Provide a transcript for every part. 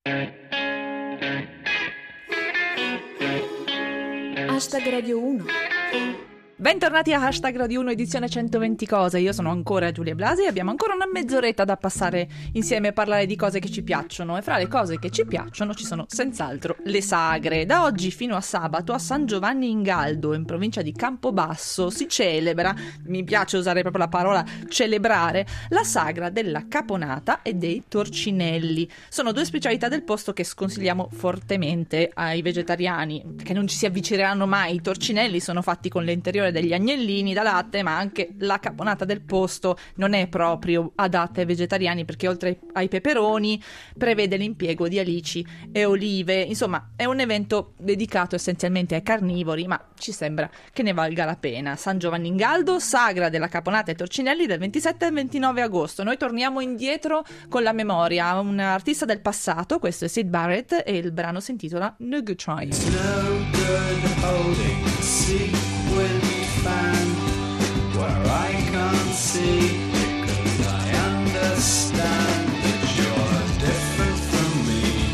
Hashtag Radio 1. Bentornati a Hashtag Radio 1 edizione 120 cose, io sono ancora Giulia Blasi e abbiamo ancora una mezz'oretta da passare insieme a parlare di cose che ci piacciono, e fra le cose che ci piacciono ci sono senz'altro le sagre. Da oggi fino a sabato a San Giovanni in Galdo, in provincia di Campobasso, si celebra, mi piace usare proprio la parola celebrare, la sagra della caponata e dei torcinelli. Sono due specialità del posto che sconsigliamo fortemente ai vegetariani, che non ci si avvicineranno mai. I torcinelli sono fatti con l'interiore degli agnellini da latte, ma anche la caponata del posto non è proprio adatta ai vegetariani, perché oltre ai peperoni prevede l'impiego di alici e olive. Insomma, è un evento dedicato essenzialmente ai carnivori, ma ci sembra che ne valga la pena. San Giovanni in Galdo, sagra della caponata e torcinelli del 27 al 29 agosto. Noi torniamo indietro con la memoria, un artista del passato, questo è Syd Barrett e il brano si intitola No Good Trying. It's no good holding a sequin fan where I can't see, because I understand that you're different from me.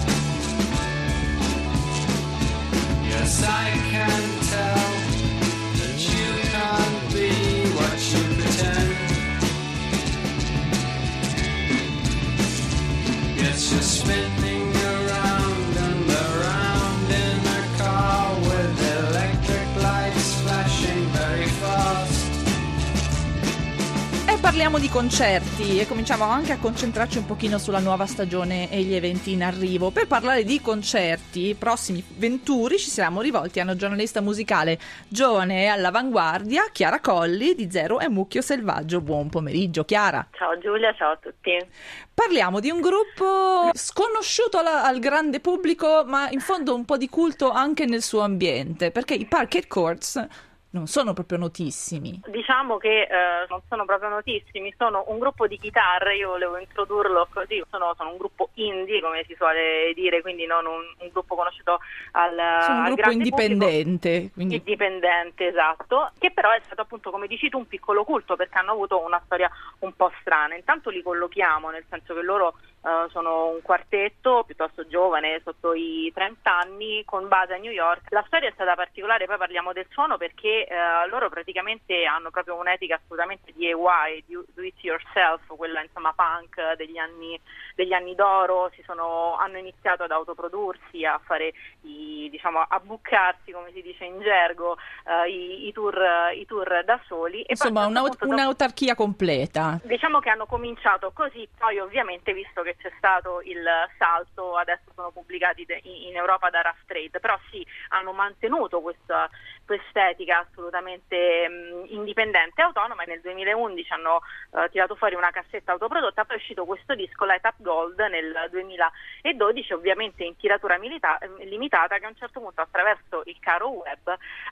Yes, I can tell that you can't be what you pretend. Yes, you're spinning around and around in a car with electric lights flashing very fast. E parliamo di concerti e cominciamo anche a concentrarci un pochino sulla nuova stagione e gli eventi in arrivo. Per parlare di concerti prossimi venturi ci siamo rivolti a una giornalista musicale giovane e all'avanguardia, Chiara Colli di Zero e Mucchio Selvaggio. Buon pomeriggio, Chiara. Ciao Giulia, ciao a tutti. Parliamo di un gruppo sconosciuto al grande pubblico, ma in fondo un po' di culto anche nel suo ambiente, perché i Parquet Courts non sono proprio notissimi. Diciamo che non sono proprio notissimi, sono un gruppo di chitarre, io volevo introdurlo così, sono un gruppo indie, come si suole dire, quindi non un gruppo conosciuto Sono un al gruppo grande indipendente, pubblico. quindi Indipendente, esatto, che però è stato appunto, come dici tu, un piccolo culto, perché hanno avuto una storia un po' strana. Intanto li collochiamo, nel senso che loro sono un quartetto piuttosto giovane, sotto i 30 anni, con base a New York. La storia è stata particolare, poi parliamo del suono, perché loro praticamente hanno proprio un'etica assolutamente DIY, do it yourself, quella insomma punk degli anni d'oro. Hanno iniziato ad autoprodursi, a fare a buccarsi, come si dice in gergo, i tour da soli. E insomma poi, un'autarchia completa. Diciamo che hanno cominciato così, poi ovviamente, visto che c'è stato il salto, adesso sono pubblicati in Europa da Rough Trade, però sì, hanno mantenuto questa etica assolutamente indipendente e autonoma. Nel 2011 hanno tirato fuori una cassetta autoprodotta, poi è uscito questo disco Light Up Gold nel 2012, ovviamente in tiratura limitata, che a un certo punto, attraverso il caro web,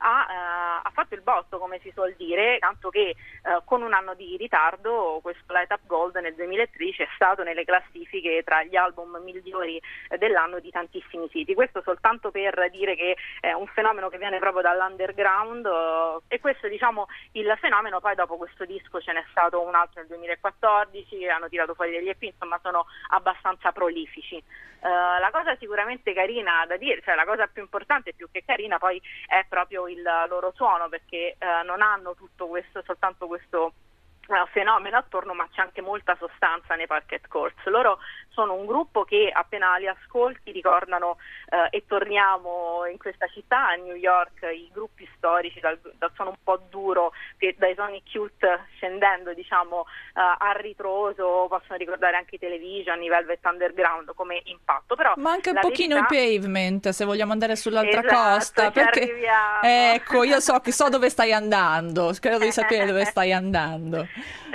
ha fatto il botto, come si suol dire, tanto che con un anno di ritardo questo Light Up Gold nel 2013 è stato nelle classifiche tra gli album migliori dell'anno di tantissimi siti. Questo soltanto per dire che è un fenomeno che viene proprio dall'underground, e questo, diciamo, il fenomeno. Poi dopo questo disco ce n'è stato un altro nel 2014, hanno tirato fuori degli EP, insomma sono abbastanza prolifici. La cosa sicuramente carina da dire, cioè la cosa più importante, più che carina, poi è proprio il loro suono, perché non hanno tutto questo, soltanto questo fenomeno attorno, ma c'è anche molta sostanza nei Parquet Courts. Loro sono un gruppo che appena li ascolti ricordano, e torniamo in questa città, a New York, i gruppi storici dal suono un po' duro, che dai Sonic Youth scendendo, diciamo, a ritroso, possono ricordare anche i Television, i Velvet Underground come impatto. Però ma anche un pochino i Pavement, se vogliamo andare sull'altra costa, perché ecco, io so dove stai andando, credo di sapere dove stai andando.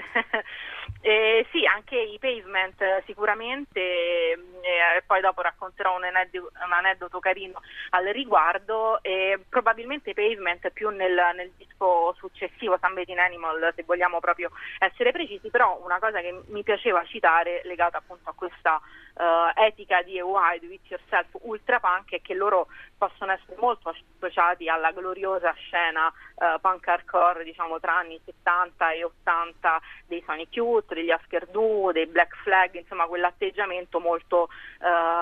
Sì, anche i Pavement sicuramente, poi dopo racconterò un aneddoto carino al riguardo. Probabilmente i Pavement più nel disco successivo, Somebody in Animal, se vogliamo proprio essere precisi. Però una cosa che mi piaceva citare, legata appunto a questa etica di DIY, do it yourself, ultra punk, è che loro possono essere molto associati alla gloriosa scena punk hardcore, diciamo, tra anni 70 e 80 dei Sonic Youth, degli Husker Du, dei Black Flag, insomma quell'atteggiamento molto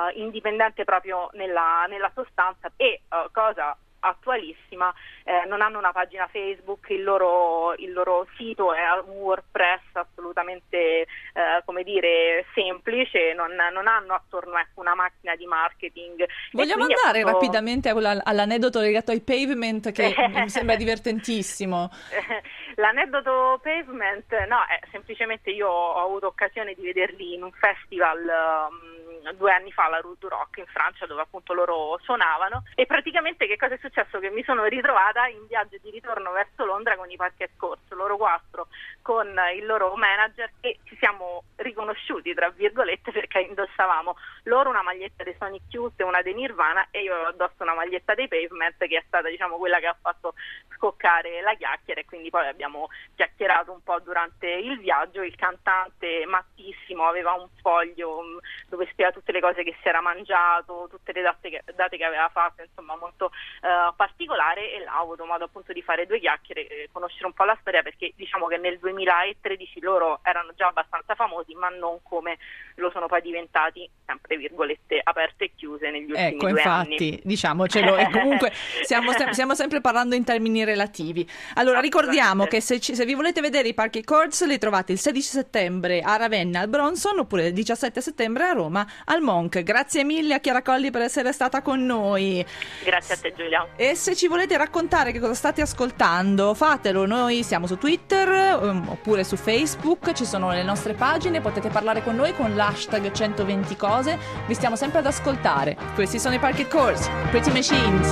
indipendente proprio nella sostanza e cosa attualissima, non hanno una pagina Facebook, il loro sito è un WordPress assolutamente come dire semplice, non hanno attorno una macchina di marketing. Vogliamo andare rapidamente all'aneddoto legato ai Pavement che mi sembra divertentississimo. L'aneddoto Pavement, no, semplicemente io ho avuto occasione di vederli in un festival 2 anni fa alla Rue du Rock in Francia, dove appunto loro suonavano, e praticamente che cosa è successo? Che mi sono ritrovata in viaggio di ritorno verso Londra con i Parquet Courts, loro 4 con il loro manager, e ci siamo riconosciuti tra virgolette perché indossavamo loro una maglietta dei Sonic Youth e una dei Nirvana, e io avevo addosso una maglietta dei Pavement, che è stata quella che ha fatto scoccare la chiacchiera, e quindi poi abbiamo chiacchierato un po' durante il viaggio. Il cantante mattissimo aveva un foglio dove spiega tutte le cose che si era mangiato, tutte le date che aveva fatto, insomma molto particolare, e là ho avuto modo appunto di fare 2 chiacchiere, conoscere un po' la storia, perché diciamo che nel 2013 loro erano già abbastanza famosi, ma non come lo sono poi diventati, sempre virgolette aperte e chiuse, negli ultimi 2 anni. Ecco, infatti, diciamocelo, e comunque stiamo sempre parlando in termini relativi. Allora, ricordiamo che se vi volete vedere i Parquet Courts li trovate il 16 settembre a Ravenna al Bronson, oppure il 17 settembre a Roma al Monk. Grazie mille a Chiara Colli per essere stata con noi. Grazie a te, Giulia. E se ci volete raccontare che cosa state ascoltando, fatelo. Noi siamo su Twitter oppure su Facebook, ci sono le nostre pagine, potete parlare con noi con l'hashtag 120 cose. Vi stiamo sempre ad ascoltare. Questi sono i Parquet Courts, Pretty Machines.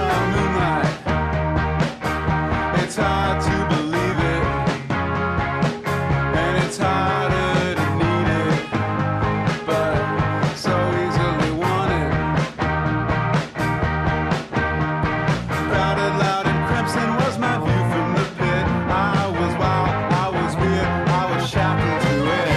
It's hard to believe it, and it's harder to need it, but so easily wanted. Crowded, loud, and crimson was my view from the pit. I was wild, I was weird, I was shackled to it.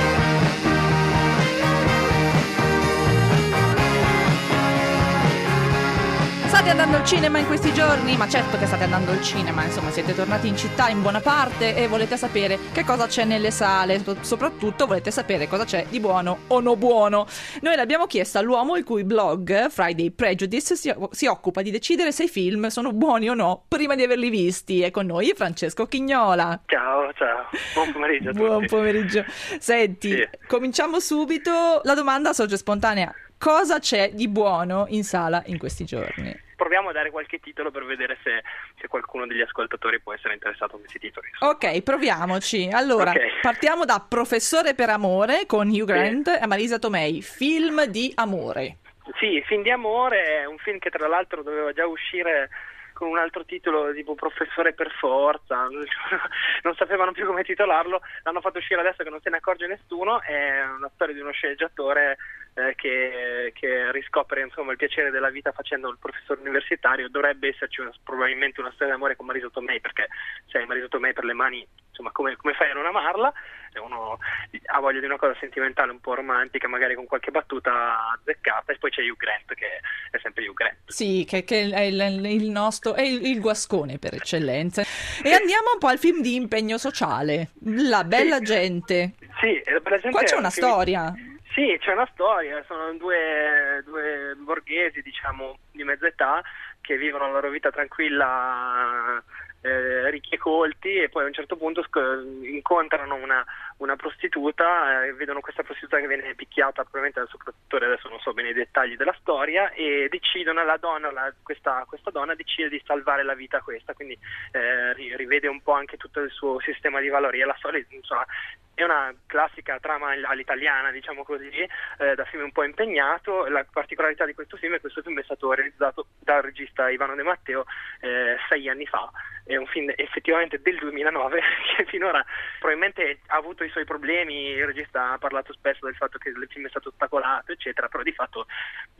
State andando al cinema in questi giorni? Ma certo che state andando al cinema, insomma siete tornati in città in buona parte e volete sapere che cosa c'è nelle sale, soprattutto volete sapere cosa c'è di buono o no buono. Noi l'abbiamo chiesto all'uomo il cui blog, Friday Prejudice, si occupa di decidere se i film sono buoni o no prima di averli visti. È con noi Francesco Chignola. Ciao, buon pomeriggio a tutti. Buon pomeriggio. Senti, Sì. Cominciamo subito. La domanda sorge spontanea: cosa c'è di buono in sala in questi giorni? Proviamo a dare qualche titolo per vedere se qualcuno degli ascoltatori può essere interessato a questi titoli. Ok, proviamoci. Allora, Ok. partiamo da Professore per amore con Hugh Grant e Marisa Tomei, film di amore. Sì, Film di amore è un film che tra l'altro doveva già uscire con un altro titolo tipo Professore per forza, non sapevano più come titolarlo, l'hanno fatto uscire adesso che non se ne accorge nessuno. È una storia di uno sceneggiatore che riscopre insomma il piacere della vita facendo il professore universitario. Dovrebbe esserci probabilmente una storia d'amore con Marisa Tomei, perché se hai Marisa Tomei per le mani, insomma come fai a non amarla? Se uno ha voglia di una cosa sentimentale un po' romantica, magari con qualche battuta azzeccata. E poi c'è Hugh Grant, che è sempre Hugh Grant. Sì, che è il nostro, è il guascone per eccellenza. E andiamo un po' al film di impegno sociale, La bella gente. Sì, La bella gente. Qua c'è è una un film- storia. Sì, c'è una storia, sono due borghesi, diciamo, di mezza età, che vivono la loro vita tranquilla, ricchi e colti, e poi a un certo punto incontrano una prostituta, vedono questa prostituta che viene picchiata probabilmente dal suo protettore, adesso non so bene i dettagli della storia, e decidono, questa donna decide di salvare la vita a questa, quindi rivede un po' anche tutto il suo sistema di valori, e la storia, insomma, è una classica trama all'italiana, diciamo così, da film un po' impegnato. La particolarità di questo film è che questo film è stato realizzato dal regista Ivano De Matteo 6 anni fa. È un film effettivamente del 2009 che finora probabilmente ha avuto i suoi problemi. Il regista ha parlato spesso del fatto che il film è stato ostacolato, eccetera, però di fatto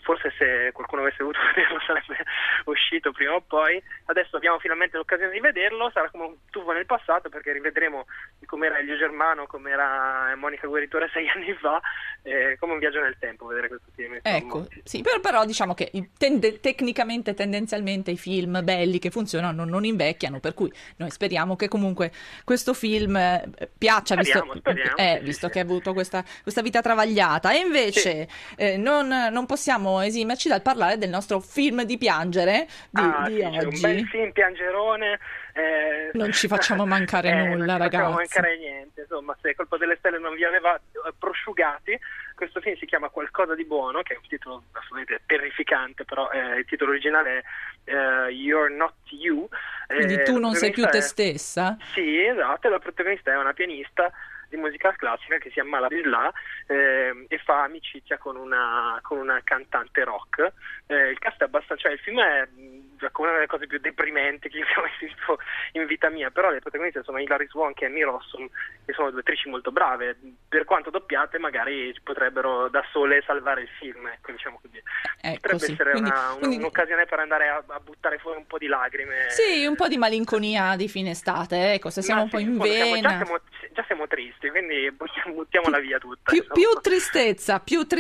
forse se qualcuno avesse voluto vederlo sarebbe uscito prima o poi. Adesso abbiamo finalmente l'occasione di vederlo, sarà come un tuffo nel passato, perché rivedremo com'era Elio Germano, com'era Monica Gueritore 6 anni fa, come un viaggio nel tempo vedere questo film. Ecco, sì, però diciamo che tecnicamente, tendenzialmente i film belli che funzionano non invecchiano, per cui noi speriamo che comunque questo film piaccia, visto che ha avuto questa vita travagliata. E invece non possiamo esimerci dal parlare del nostro film di piangere di oggi. Un bel film piangerone. Non ci facciamo mancare nulla, ragazzi. Non ci facciamo mancare niente. Insomma, se Colpo delle Stelle non vi aveva prosciugati, questo film si chiama Qualcosa di buono, che è un titolo assolutamente terrificante, però il titolo originale è You're Not You. Quindi tu non sei più te stessa? Sì, esatto, la protagonista è una pianista di musica classica che si ammala di SLA e fa amicizia con una cantante rock. Il cast è abbastanza, cioè il film è una delle cose più deprimenti che io abbia mai visto in vita mia, però le protagoniste sono Hilary Swank e Amy Rossum, che sono due attrici molto brave, per quanto doppiate magari potrebbero da sole salvare il film, ecco, diciamo così. Potrebbe essere un'occasione per andare a buttare fuori un po' di lacrime. Sì, un po' di malinconia di fine estate, ecco, se siamo un po' in vena. Già siamo tristi, quindi buttiamola via tutta. Più tristezza.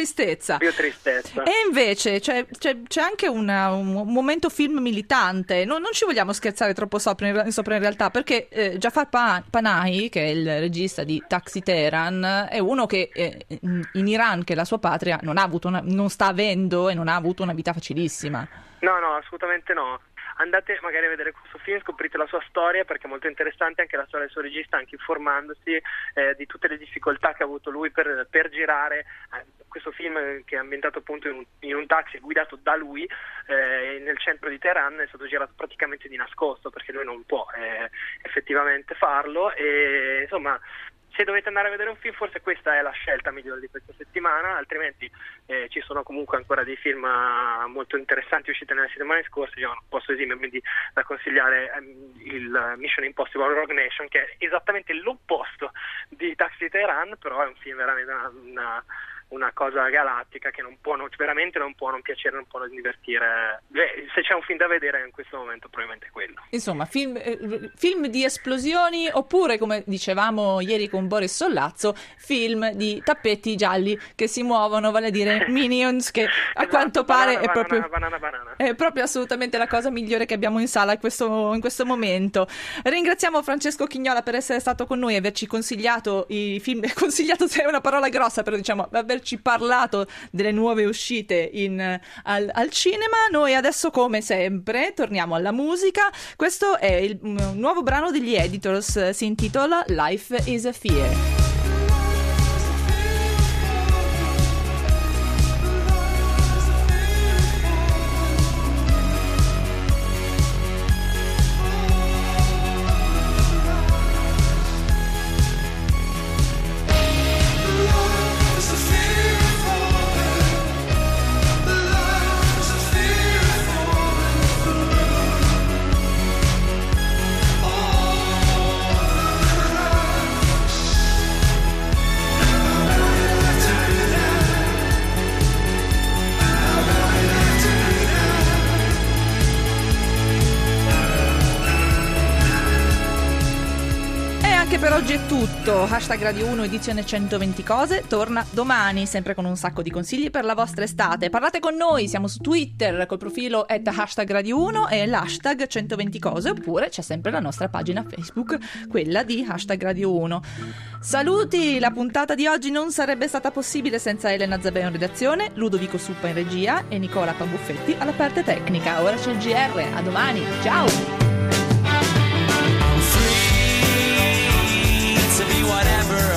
E invece c'è anche un momento film militante. Non ci vogliamo scherzare troppo sopra in realtà, perché Jafar Panahi, che è il regista di Taxi Teheran, è uno che in Iran, che è la sua patria, non sta avendo e non ha avuto una vita facilissima. No, assolutamente no. Andate magari a vedere questo film, scoprite la sua storia, perché è molto interessante anche la storia del suo regista, anche informandosi di tutte le difficoltà che ha avuto lui per girare questo film, che è ambientato appunto in un taxi guidato da lui nel centro di Teheran. È stato girato praticamente di nascosto, perché lui non può effettivamente farlo, e insomma, se dovete andare a vedere un film, forse questa è la scelta migliore di questa settimana, altrimenti ci sono comunque ancora dei film molto interessanti usciti nelle settimane scorse. Io non posso esimermi da consigliare il Mission Impossible Rogue Nation, che è esattamente l'opposto di Taxi Teheran, però è un film veramente una cosa galattica che veramente non può non piacere, non può non divertire. Se c'è un film da vedere in questo momento, probabilmente è quello. Insomma, film di esplosioni, oppure, come dicevamo ieri con Boris Sollazzo, film di tappeti gialli che si muovono, vale a dire Minions, che a quanto pare è proprio assolutamente la cosa migliore che abbiamo in sala in questo momento. Ringraziamo Francesco Chignola per essere stato con noi e averci consigliato i film. Consigliato è una parola grossa, però diciamo averci parlato delle nuove uscite al cinema. Noi adesso, come sempre, torniamo alla musica. Questo è il nuovo brano degli Editors, si intitola Life is a Fear. Per oggi è tutto. Hashtag Radio 1 edizione 120 cose torna domani, sempre con un sacco di consigli per la vostra estate. Parlate con noi, siamo su Twitter col profilo @hashtag Radio 1 e l'hashtag 120 cose, oppure c'è sempre la nostra pagina Facebook, quella di Hashtag Radio 1. Saluti, la puntata di oggi non sarebbe stata possibile senza Elena Zabeo in redazione, Ludovico Suppa in regia e Nicola Pambuffetti alla parte tecnica. Ora c'è il GR, a domani, ciao! To be whatever